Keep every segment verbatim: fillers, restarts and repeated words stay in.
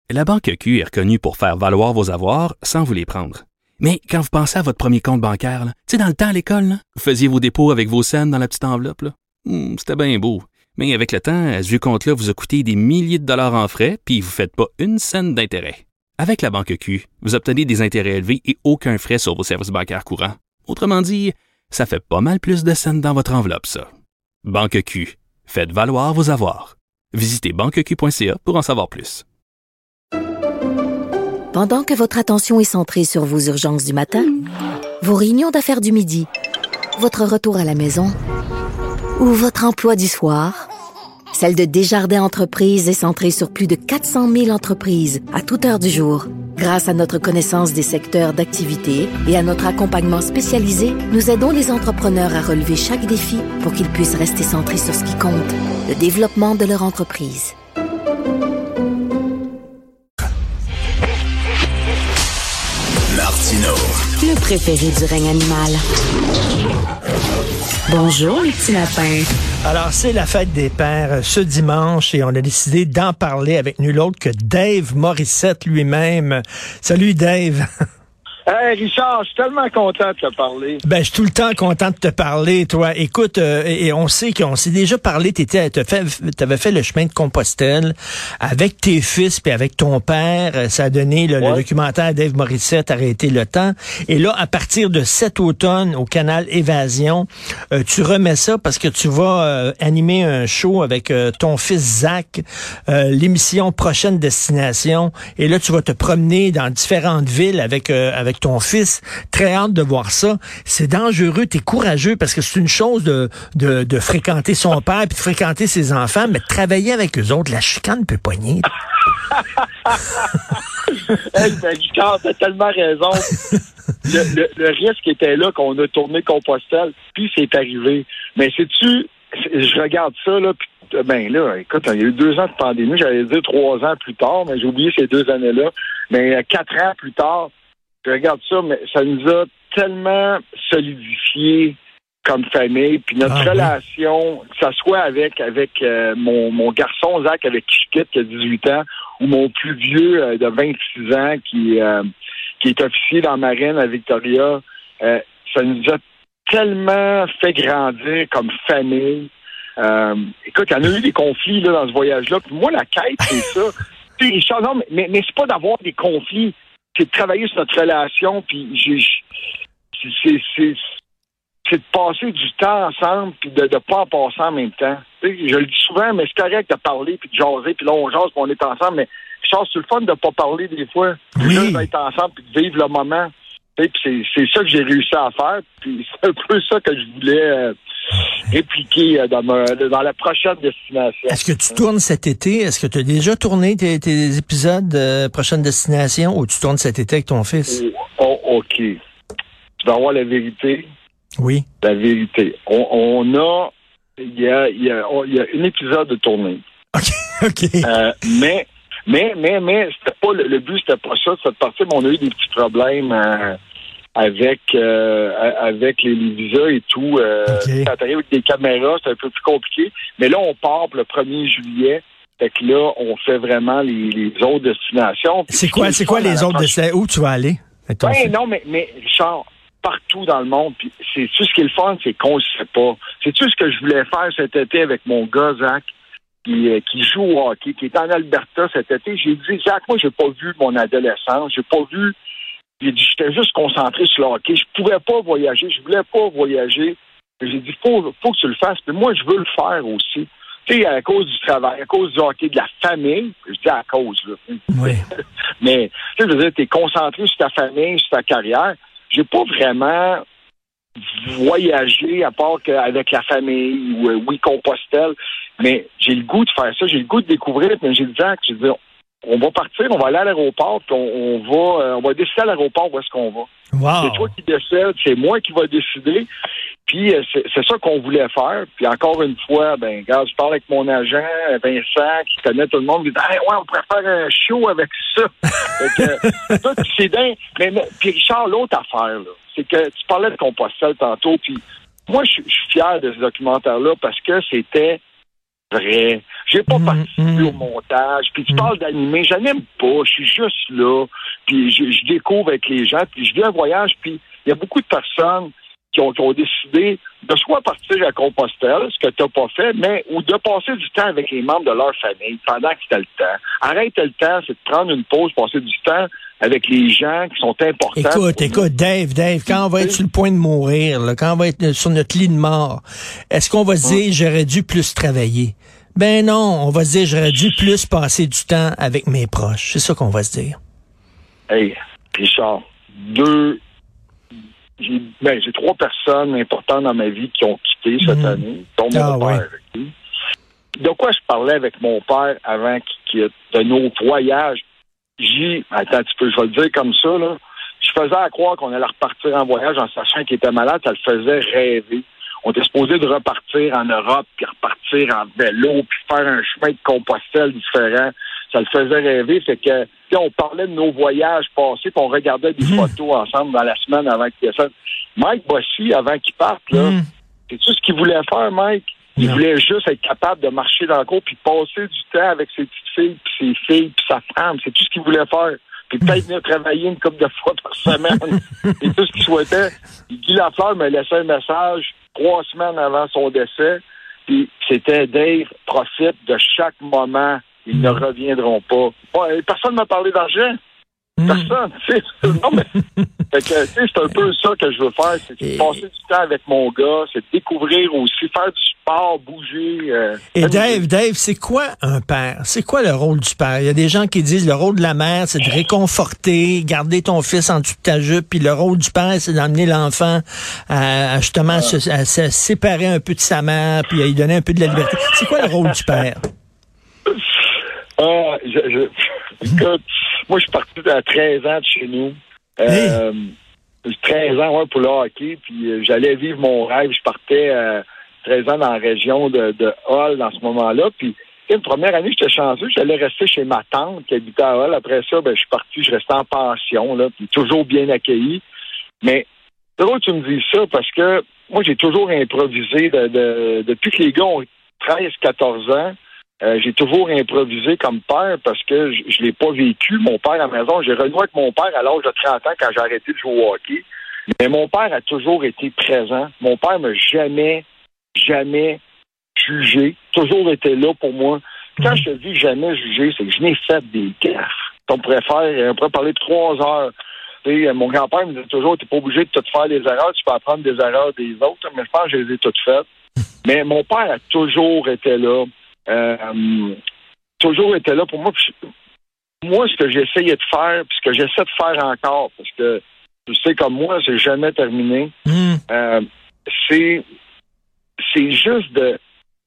La Banque Q est reconnue pour faire valoir vos avoirs sans vous les prendre. Mais quand vous pensez à votre premier compte bancaire, tu sais, dans le temps à l'école, là, vous faisiez vos dépôts avec vos scènes dans la petite enveloppe. Là. Hum, c'était bien beau. Mais avec le temps, à ce vieux compte-là vous a coûté des milliers de dollars en frais, puis vous ne faites pas une scène d'intérêt. Avec la Banque Q, vous obtenez des intérêts élevés et aucun frais sur vos services bancaires courants. Autrement dit, ça fait pas mal plus de scènes dans votre enveloppe, ça. Banque Q. Faites valoir vos avoirs. Visitez banque q point c a pour en savoir plus. Pendant que votre attention est centrée sur vos urgences du matin, vos réunions d'affaires du midi, votre retour à la maison ou votre emploi du soir, celle de Desjardins Entreprises est centrée sur plus de quatre cent mille entreprises à toute heure du jour. Grâce à notre connaissance des secteurs d'activité et à notre accompagnement spécialisé, nous aidons les entrepreneurs à relever chaque défi pour qu'ils puissent rester centrés sur ce qui compte, le développement de leur entreprise. Martino, Le préféré du règne animal. Bonjour, les petits lapins. Alors, c'est la fête des pères ce dimanche et on a décidé d'en parler avec nul autre que Dave Morissette lui-même. Salut, Dave. Hey Richard, je suis tellement content de te parler. Ben, je suis tout le temps content de te parler, toi. Écoute, euh, et on sait qu'on s'est déjà parlé, t'étais, t'as fait, t'avais fait le chemin de Compostelle avec tes fils puis avec ton père. Ça a donné le, ouais. le documentaire Dave Morissette, Arrêter le temps. Et là, à partir de cet automne, au canal Évasion, euh, tu remets ça parce que tu vas euh, animer un show avec euh, ton fils Zach, euh, l'émission Prochaine Destination. Et là, tu vas te promener dans différentes villes avec euh, avec ton fils. Très hâte de voir ça. C'est dangereux, t'es courageux parce que c'est une chose de, de, de fréquenter son père puis de fréquenter ses enfants, mais de travailler avec eux autres, la chicane peut pogner. Hey, ben, Richard, t'as tellement raison. Le, le, le risque était là qu'on a tourné Compostelle, puis c'est arrivé. Mais sais-tu, je regarde ça, là, puis ben là, écoute, il y a eu deux ans de pandémie, j'allais dire trois ans plus tard, mais j'ai oublié ces deux années-là. Mais quatre ans plus tard, je regarde ça, mais ça nous a tellement solidifié comme famille, puis notre ah, relation, oui. que ça soit avec avec euh, mon, mon garçon Zach avec qui je quitte, qui a dix-huit ans, ou mon plus vieux euh, de vingt-six ans qui, euh, qui est officier dans la marine à Victoria, euh, ça nous a tellement fait grandir comme famille. Euh, écoute, il y en a eu des conflits là, dans ce voyage-là, puis moi, la quête, c'est ça. Puis, Richard, non, mais, mais, mais c'est pas d'avoir des conflits, c'est de travailler sur notre relation, puis j'ai, c'est, c'est, c'est de passer du temps ensemble, puis de ne pas en passer en même temps. Tu sais, je le dis souvent, mais c'est correct de parler, puis de jaser, puis là, on jase, puis on est ensemble, mais je pense que c'est le fun de ne pas parler des fois. Oui. Juste d'être ensemble, puis de vivre le moment. Tu sais, puis c'est, c'est ça que j'ai réussi à faire, puis c'est un peu ça que je voulais euh, répliquer euh, dans, ma, dans la prochaine destination. Est-ce que tu tournes cet été? Est-ce que tu as déjà tourné tes, tes épisodes de Prochaine Destination ou tu tournes cet été avec ton fils? Oh, OK. Tu vas voir la vérité. Oui. La vérité. On, on a, il y a, il y a, il y a un épisode de tournée. OK. OK. Euh, mais, mais, mais, mais, c'était pas, le, le but, c'était pas ça de cette partie, mais on a eu des petits problèmes euh, avec, euh, avec les, les visas et tout. Euh, okay. Quand t'arrives avec des caméras, c'est un peu plus compliqué. Mais là, on part pour le premier juillet. Fait que là, on fait vraiment les, les autres destinations. C'est quoi, c'est quoi les autres destinations? Où tu vas aller? Ben, non, mais, mais, Richard, partout dans le monde, puis c'est tout ce qui est le fun, c'est qu'on ne sait pas. C'est tout ce que je voulais faire cet été avec mon gars, Zach, qui, euh, qui joue au hockey, qui est en Alberta cet été. J'ai dit, Zach, moi, j'ai pas vu mon adolescence, j'ai pas vu, j'ai dit, j'étais juste concentré sur le hockey, je pouvais pas voyager, je voulais pas voyager. J'ai dit, faut, faut que tu le fasses, puis moi, je veux le faire aussi. Tu sais, à cause du travail, à cause du hockey, de la famille, je dis à cause, là. Oui. Mais, tu sais, je veux dire, t'es concentré sur ta famille, sur ta carrière. J'ai pas vraiment voyagé à part qu'avec la famille ou euh, oui, Compostelle, mais j'ai le goût de faire ça, j'ai le goût de découvrir, puis j'ai dit, Zach, j'ai dit, on va partir, on va aller à l'aéroport, puis on, on va euh, on va décider à l'aéroport où est-ce qu'on va. Wow. C'est toi qui décides, c'est moi qui va décider. Puis euh, c'est, c'est ça qu'on voulait faire. Puis encore une fois, ben, regarde, je parle avec mon agent, Vincent, qui connaît tout le monde, il dit, hey, ouais, on pourrait faire un show avec ça. Fait que, toi, c'est dingue. Mais, mais puis Richard, l'autre affaire, là, c'est que tu parlais de Compostelle tantôt, puis moi, je suis fier de ce documentaire-là parce que c'était vrai. J'ai pas mmh, participé mmh. au montage. Puis tu mmh. parles d'animer, je n'aime pas. Je suis juste là. Puis je, je découvre avec les gens. Puis je vis un voyage. Puis il y a beaucoup de personnes qui ont, qui ont décidé de soit partir à Compostelle, ce que tu n'as pas fait, mais ou de passer du temps avec les membres de leur famille pendant que tu as le temps. Arrête le temps, c'est de prendre une pause, passer du temps avec les gens qui sont importants. Écoute, écoute, nous. Dave, Dave, quand on va être sur le point de mourir, là, quand on va être sur notre lit de mort, est-ce qu'on va se dire, j'aurais dû plus travailler? Ben non, on va se dire, j'aurais dû plus passer du temps avec mes proches. C'est ça qu'on va se dire. Hey, Richard, deux... J'ai, ben, j'ai trois personnes importantes dans ma vie qui ont quitté cette mmh. année, dont mon ah, père. Ouais. De quoi je parlais avec mon père avant qu'il quitte? De nos voyages. J'ai, attends un petit peu, je vais le dire comme ça, là. Je faisais à croire qu'on allait repartir en voyage en sachant qu'il était malade, ça le faisait rêver. On était supposé de repartir en Europe, puis repartir en vélo, puis faire un chemin de Compostelle différent. Ça le faisait rêver. Fait que, on parlait de nos voyages passés, puis on regardait des mmh. photos ensemble dans la semaine avant qu'il fasse. Mike Bossy, avant qu'il parte, là, mmh. c'est-tu ce qu'il voulait faire, Mike? Il non. voulait juste être capable de marcher dans le cours puis passer du temps avec ses petites filles, puis ses filles, puis sa femme. C'est tout ce qu'il voulait faire. Puis peut-être venir travailler une couple de fois par semaine. C'est tout ce qu'il souhaitait. Puis Guy Lafleur me laissait un message trois semaines avant son décès. Puis c'était « Dave, profite de chaque moment. Ils ne reviendront pas. » Ouais, personne ne m'a parlé d'argent. Personne. Tu sais. Non, mais fait que, tu sais, c'est un peu ça que je veux faire. C'est de passer du temps avec mon gars. C'est de découvrir aussi, faire du sport, bouger. Euh, Et Dave, Dave, c'est quoi un père? C'est quoi le rôle du père? Il y a des gens qui disent le rôle de la mère, c'est de réconforter, garder ton fils en dessous de ta jupe, puis le rôle du père, c'est d'amener l'enfant à, à justement ah. se, à se séparer un peu de sa mère, puis à lui donner un peu de la liberté. C'est quoi le rôle du père? Ah, je, je, écoute, moi, je suis parti à treize ans de chez nous. Euh, hey. treize ans, ouais, pour le hockey, puis euh, j'allais vivre mon rêve. Je partais euh, treize ans dans la région de, de Hull dans ce moment-là, puis une première année, j'étais chanceux, j'allais rester chez ma tante qui habitait à Hull. Après ça, ben, je suis parti, je restais en pension, là, puis toujours bien accueilli. Mais c'est drôle que tu me dises ça, parce que moi, j'ai toujours improvisé de, de, depuis que les gars ont treize quatorze ans. Euh, j'ai toujours improvisé comme père parce que je, je l'ai pas vécu. Mon père à la maison, j'ai renoué avec mon père à l'âge de trente ans quand j'ai arrêté de jouer au hockey. Mais mon père a toujours été présent. Mon père m'a jamais, jamais jugé. Toujours été là pour moi. Quand je te dis jamais jugé, c'est que je n'ai fait des gaffes. On pourrait faire, on pourrait parler de trois heures. Et mon grand-père me disait toujours, t'es pas obligé de tout faire des erreurs, tu peux apprendre des erreurs des autres. Mais je pense que je les ai toutes faites. Mais mon père a toujours été là. Euh, toujours été là pour moi. Puis, moi, ce que j'essayais de faire, puis ce que j'essaie de faire encore, parce que tu sais, comme moi, c'est jamais terminé, mm. euh, c'est c'est juste de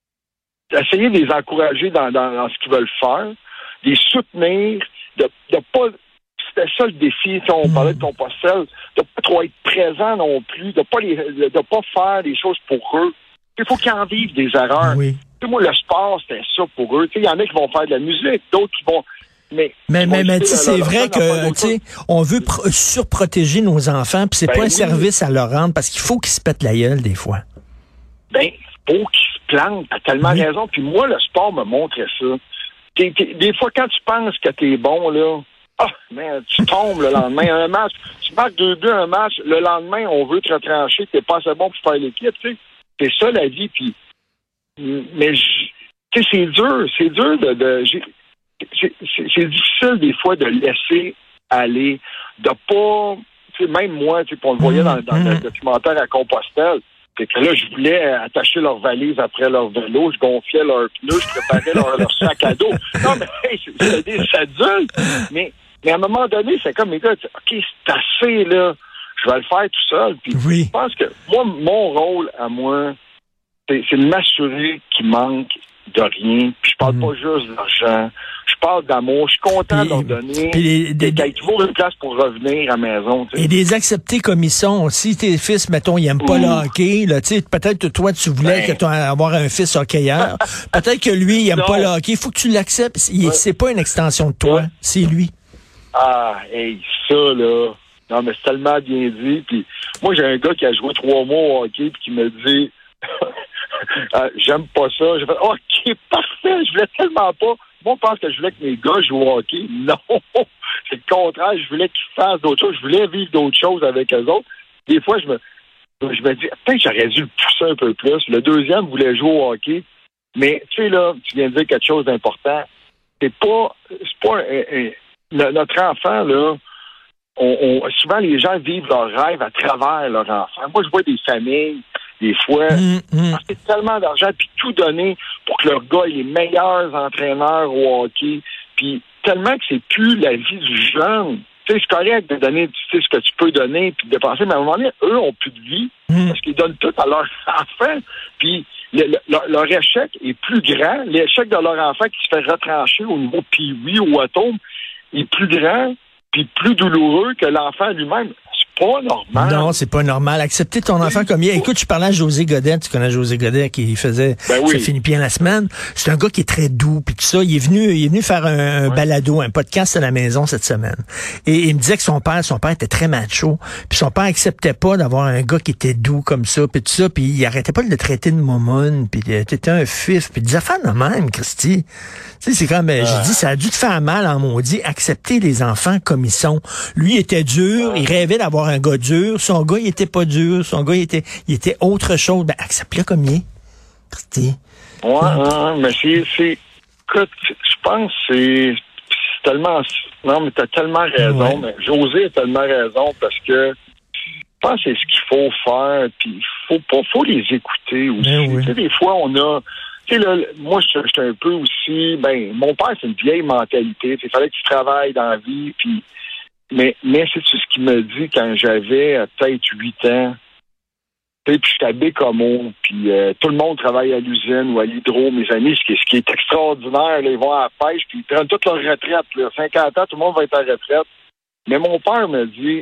d'essayer de les encourager dans, dans, dans ce qu'ils veulent faire, de les soutenir, de, de pas. C'était ça le défi, on mm. parlait de Compostelle, de pas trop être présent non plus, de pas les, de, de pas faire des choses pour eux. Il faut qu'ils en vivent des erreurs. Oui. Tu sais, moi, le sport, c'était ça pour eux. Il y en a qui vont faire de la musique, d'autres qui vont... Mais, mais, mais, mais tu sais, c'est vrai que, tu sais, on veut pr- surprotéger nos enfants, puis c'est ben pas oui. un service à leur rendre, parce qu'il faut qu'ils se pètent la gueule, des fois. Ben, faut qu'ils se plantent. T'as tellement oui. raison. Puis moi, le sport me montrait ça. T'es, t'es, des fois, quand tu penses que t'es bon, là, ah, mais tu tombes le lendemain. Un match, tu marques deux buts un match, le lendemain, on veut te retrancher, t'es pas assez bon pour faire l'équipe, tu sais. C'est ça, la vie, puis... Mais, tu sais, c'est dur, c'est dur de... de j'ai, c'est, c'est, c'est difficile, des fois, de laisser aller, de pas... Tu sais, même moi, tu sais, on le voyait dans, dans le documentaire à Compostelle, c'est que là, je voulais attacher leurs valises après leur vélo, je gonflais leurs pneus, je préparais leur, leur sac à dos. Non, mais hey, c'est, c'est des adultes, mais, mais à un moment donné, c'est comme, les gars, OK, c'est assez, là, je vais le faire tout seul. Puis oui. Je pense que moi, mon rôle à moi, c'est, c'est de m'assurer qu'il manque de rien. Puis je parle mmh. pas juste d'argent. Je parle d'amour. Je suis content puis, de leur donner. Puis des, qu'il y ait toujours une place pour revenir à la maison. T'sais. Et des accepter comme ils sont. Si tes fils, mettons, ils n'aiment pas Ouh. le hockey, là, peut-être que toi, tu voulais ben. que tu avoir un fils hockeyeur. Peut-être que lui, il n'aime pas le hockey. Il faut que tu l'acceptes. Ouais. C'est pas une extension de toi. Ouais. C'est lui. Ah, hey, ça, là... Non, mais c'est tellement bien dit. Puis moi, j'ai un gars qui a joué trois mois au hockey puis qui me dit euh, j'aime pas ça. J'ai fait OK, c'est parfait. Je voulais tellement pas. Moi, on pense que je voulais que mes gars jouent au hockey. Non. C'est le contraire. Je voulais qu'ils fassent d'autres choses. Je voulais vivre d'autres choses avec eux autres. Des fois, je me, je me dis, peut-être que j'aurais dû le pousser un peu plus. Le deuxième voulait jouer au hockey. Mais, tu sais, là, tu viens de dire quelque chose d'important. C'est pas, c'est pas, euh, euh, le, notre enfant, là, on, on, souvent les gens vivent leurs rêves à travers leur enfant. Moi, je vois des familles, des fois, mmh, mmh. passer tellement d'argent puis tout donner pour que leur gars ait les meilleurs entraîneurs au hockey. Puis tellement que c'est plus la vie du jeune. Tu sais, c'est correct de donner, tu sais, ce que tu peux donner puis de dépenser, mais à un moment donné, eux ont plus de vie mmh. parce qu'ils donnent tout à leur enfant. Puis le, le, leur, leur échec est plus grand. L'échec de leur enfant qui se fait retrancher au niveau Pee-wee ou Atome est plus grand puis plus douloureux que l'enfant lui-même. C'est pas normal. Non, c'est pas normal. Accepter ton enfant comme il est. Écoute, je parlais à José Godet, tu connais José Godet qui faisait ben oui. Ça finit bien la semaine. C'est un gars qui est très doux puis tout ça. Il est venu, il est venu faire un, un ouais. balado, un podcast à la maison cette semaine. Et, et il me disait que son père, son père était très macho. Puis son père acceptait pas d'avoir un gars qui était doux comme ça puis tout ça. Puis il arrêtait pas de le traiter de momone. Puis t'étais un fif. Puis il disait faire de même, Christy. Tu sais, c'est comme, euh. j'ai dit, ça a dû te faire mal en maudit. Accepter les enfants comme ils sont. Lui, il était dur. Il rêvait d'avoir un gars dur. Son gars, il était pas dur. Son gars, il était, il était autre chose. Ben, accepte-le comme il est. Christy. Ouais, ouais, mais c'est, c'est, écoute, je pense que c'est, c'est tellement, non, mais t'as tellement raison. Ouais. Mais José a tellement raison parce que je pense que c'est ce qu'il faut faire. Puis il faut pas, faut les écouter aussi. Oui. Tu sais, des fois, on a, tu sais, là, moi, j'étais un peu aussi, ben, mon père, c'est une vieille mentalité. Il fallait que tu travailles dans la vie, puis, mais, mais c'est ce qu'il me dit quand j'avais peut-être huit ans. Tu sais, puis je t'habille comme on, puis euh, tout le monde travaille à l'usine ou à l'hydro, mes amis, ce qui, ce qui est extraordinaire, là, ils vont à la pêche, puis ils prennent toute leur retraite, là, cinquante ans, tout le monde va être à la retraite. Mais mon père me dit,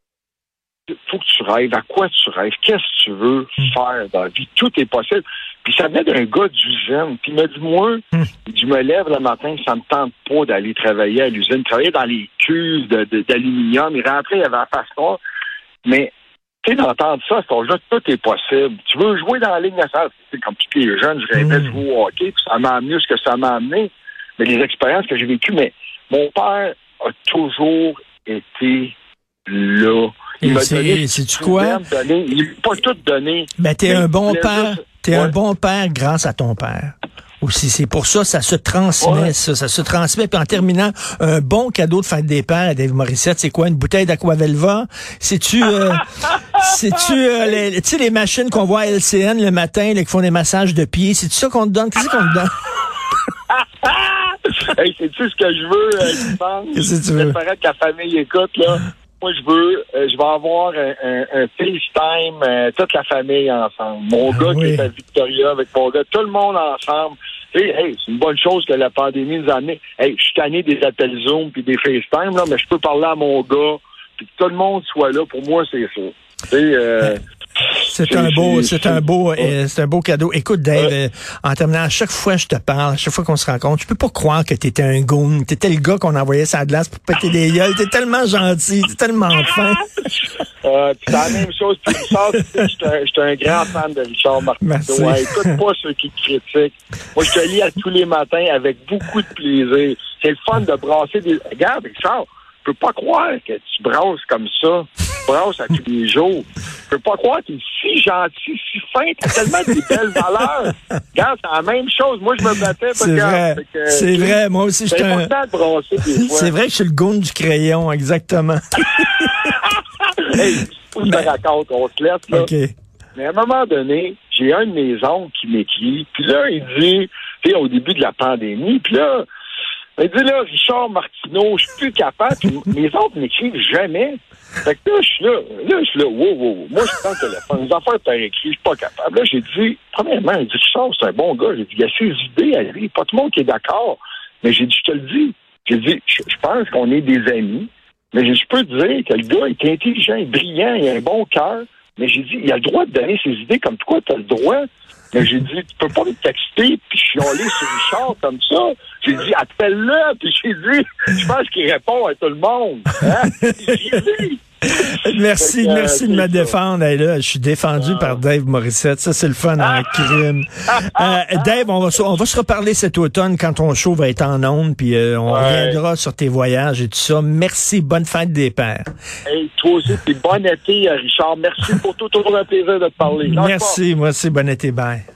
faut que tu rêves. À quoi tu rêves? Qu'est-ce que tu veux faire dans la vie? Tout est possible. Puis ça venait d'un gars d'usine. Puis il m'a dit, moi, mm. je me lève le matin, ça me tente pas d'aller travailler à l'usine, travailler dans les cuves de, de, d'aluminium. Il rentrait, il avait la passoire. Mais, tu sais, d'entendre ça, c'est là, tout est possible. Tu veux jouer dans la Ligue nationale. C'est comme tous les jeunes, je rêvais de jouer au hockey, puis ça m'a amené ce que ça m'a amené. Mais les expériences que j'ai vécues, mais mon père a toujours été là. Il m'a donné, c'est-tu quoi? Donné, il m'a pas tout donné. Ben, t'es un bon père. Juste... T'es ouais. un bon père grâce à ton père. Aussi, c'est pour ça, ça se transmet, ouais. ça, ça se transmet. Puis en terminant, un bon cadeau de fête des pères à Dave Morissette, c'est quoi? Une bouteille d'Aquavelva? C'est-tu, euh, c'est-tu, euh, les, tu sais, les machines qu'on voit à L C N le matin, là, qui font des massages de pieds? C'est-tu ça qu'on te donne? Qu'est-ce qu'on te donne? Hey, c'est-tu ce que je veux, euh, tu penses? Qu'est-ce que tu veux? J'espérais que la famille écoute, là. Moi, je veux, euh, je vais avoir un, un, un FaceTime, euh, toute la famille ensemble. Mon ah, gars oui. qui est à Victoria avec mon gars, tout le monde ensemble. Hey, hey, c'est une bonne chose que la pandémie nous a amené. Hey, je suis tanné des appels Zoom puis des FaceTime, là, mais je peux parler à mon gars, puis que tout le monde soit là. Pour moi, c'est ça. Tu sais, euh, C'est un beau, c'est un beau, euh, c'est un beau cadeau. Écoute, Dave, euh, en terminant, à chaque fois que je te parle, à chaque fois qu'on se rencontre, je peux pas croire que t'étais un goon. T'étais le gars qu'on envoyait sur la glace pour péter des gueules. T'es tellement gentil, t'es tellement fin. Euh, c'est la même chose. Puis Richard, j'étais un, un grand fan de Richard Martineau. Ouais, écoute pas ceux qui te critiquent. Moi, je te lis à tous les matins avec beaucoup de plaisir. C'est le fun de brasser des... Regarde, Richard, je peux pas croire que tu brasses comme ça. Tu brasses à tous les jours. Je peux pas croire que tu es si gentil, si fin. T'as tellement des belles valeurs. Regarde, c'est la même chose. Moi, je me battais. C'est vrai. Que, c'est vrai. Moi aussi, je suis un... de brasser des fois. C'est vrai que je suis le goon du crayon, exactement. Hey, faut que je te raconte. On se laisse, là. Okay. Mais à un moment donné, j'ai un de mes oncles qui m'écrit. Puis là, il dit, tu sais, au début de la pandémie, puis là, il dit là, Richard Martineau, je suis plus capable. Puis mes oncles m'écrivent jamais. Fait que là, je suis là. Là, je suis là. Wow, wow. Moi, je prends le téléphone. Les affaires par écrit, je suis pas capable. Là, j'ai dit, premièrement, il dit, Richard, c'est un bon gars. J'ai dit, il y a ses idées à lui. Pas tout le monde qui est d'accord. Mais j'ai dit, je te le dis. J'ai dit, je, je pense qu'on est des amis. Mais je peux te dire que le gars est intelligent, brillant, il a un bon cœur. Mais j'ai dit, il a le droit de donner ses idées comme toi, tu as le droit. Mais j'ai dit, tu peux pas me texter puis chialer sur Richard comme ça. J'ai dit, appelle-le. Puis j'ai dit, je pense qu'il répond à tout le monde. Hein? J'ai dit, Merci, que, merci euh, de me ça. défendre. Hey, là, je suis défendu ah. par Dave Morissette. Ça, c'est le fun en crime. Euh, Dave, on va, se, on va se reparler cet automne quand ton show va être en ondes, puis euh, on ouais. reviendra sur tes voyages et tout ça. Merci, bonne fête des pères. Hey, toi aussi, puis bon été, Richard. Merci pour tout. Toujours un plaisir de te parler. Merci, moi aussi, bon été, bye.